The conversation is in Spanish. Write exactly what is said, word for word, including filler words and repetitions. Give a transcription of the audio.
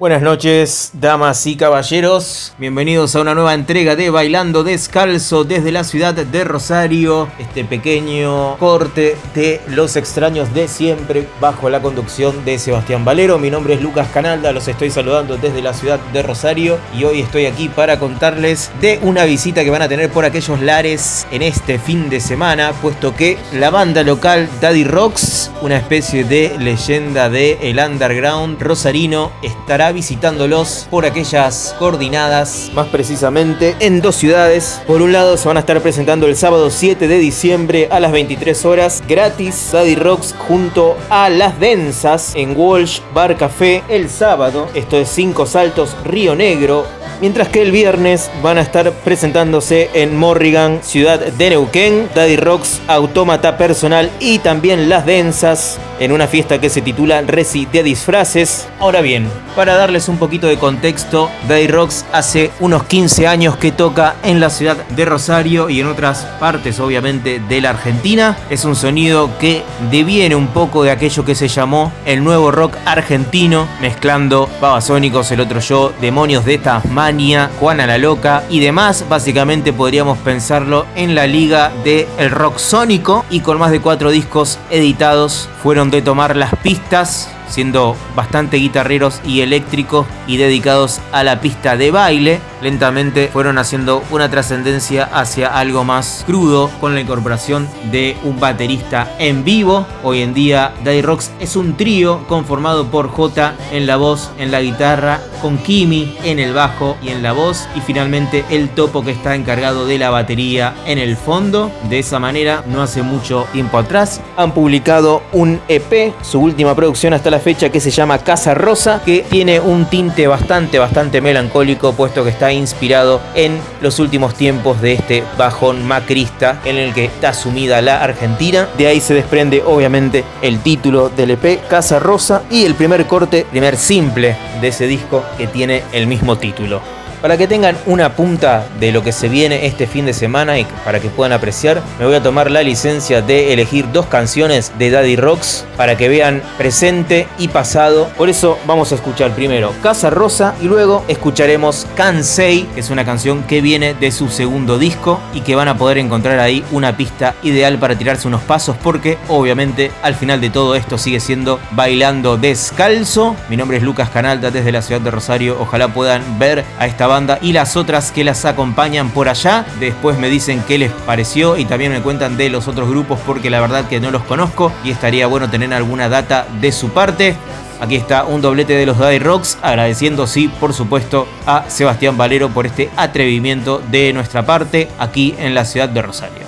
Buenas noches, damas y caballeros. Bienvenidos a una nueva entrega de Bailando Descalzo desde la ciudad de Rosario. Este pequeño corte de Los Extraños de Siempre bajo la conducción de Sebastián Valero. Mi nombre es Lucas Canalda, los estoy saludando desde la ciudad de Rosario y hoy estoy aquí para contarles de una visita que van a tener por aquellos lares en este fin de semana, puesto que la banda local Daddy Rocks, una especie de leyenda del underground rosarino, estará visitándolos por aquellas coordinadas, más precisamente en dos ciudades. Por un lado se van a estar presentando el sábado siete de diciembre a las veintitrés horas gratis Daddy Rocks junto a Las Densas en Walsh Bar Café el sábado, esto es Cinco Saltos, Río Negro. Mientras que el viernes van a estar presentándose en Morrigan, ciudad de Neuquén, Daddy Rocks, Autómata Personal y también Las Densas en una fiesta que se titula Reci de Disfraces. Ahora bien, para darles un poquito de contexto, Daddy Rocks hace unos quince años que toca en la ciudad de Rosario y en otras partes obviamente de la Argentina. Es un sonido que deviene un poco de aquello que se llamó el nuevo rock argentino, mezclando Babasónicos, El Otro Yo, Demonios de Tasmania, Juana la Loca y demás. Básicamente podríamos pensarlo en la liga del rock sónico, y con más de cuatro discos editados fueron de tomar las pistas, siendo bastante guitarreros y eléctricos y dedicados a la pista de baile. Lentamente fueron haciendo una trascendencia hacia algo más crudo con la incorporación de un baterista en vivo. Hoy en día Daddy Rocks es un trío conformado por Jota en la voz, en la guitarra, con Kimi en el bajo y en la voz, y finalmente el Topo, que está encargado de la batería en el fondo. De esa manera, no hace mucho tiempo atrás han publicado un E P, su última producción hasta la fecha, que se llama Casa Rosa, que tiene un tinte bastante, bastante melancólico, puesto que está inspirado en los últimos tiempos de este bajón macrista en el que está sumida la Argentina. De ahí se desprende obviamente el título del E P, Casa Rosa, y el primer corte, primer simple de ese disco, que tiene el mismo título. Para que tengan una punta de lo que se viene este fin de semana y para que puedan apreciar, me voy a tomar la licencia de elegir dos canciones de Daddy Rocks para que vean presente y pasado. Por eso vamos a escuchar primero Casa Rosa y luego escucharemos Kansei, que es una canción que viene de su segundo disco y que van a poder encontrar ahí una pista ideal para tirarse unos pasos, porque obviamente al final de todo esto sigue siendo Bailando Descalzo. Mi nombre es Lucas Canalda desde la ciudad de Rosario. Ojalá puedan ver a esta banda banda y las otras que las acompañan por allá. Después me dicen qué les pareció y también me cuentan de los otros grupos, porque la verdad que no los conozco y estaría bueno tener alguna data de su parte. Aquí está un doblete de los Daddy Rocks, agradeciendo, sí, por supuesto, a Sebastián Valero por este atrevimiento de nuestra parte aquí en la ciudad de Rosario.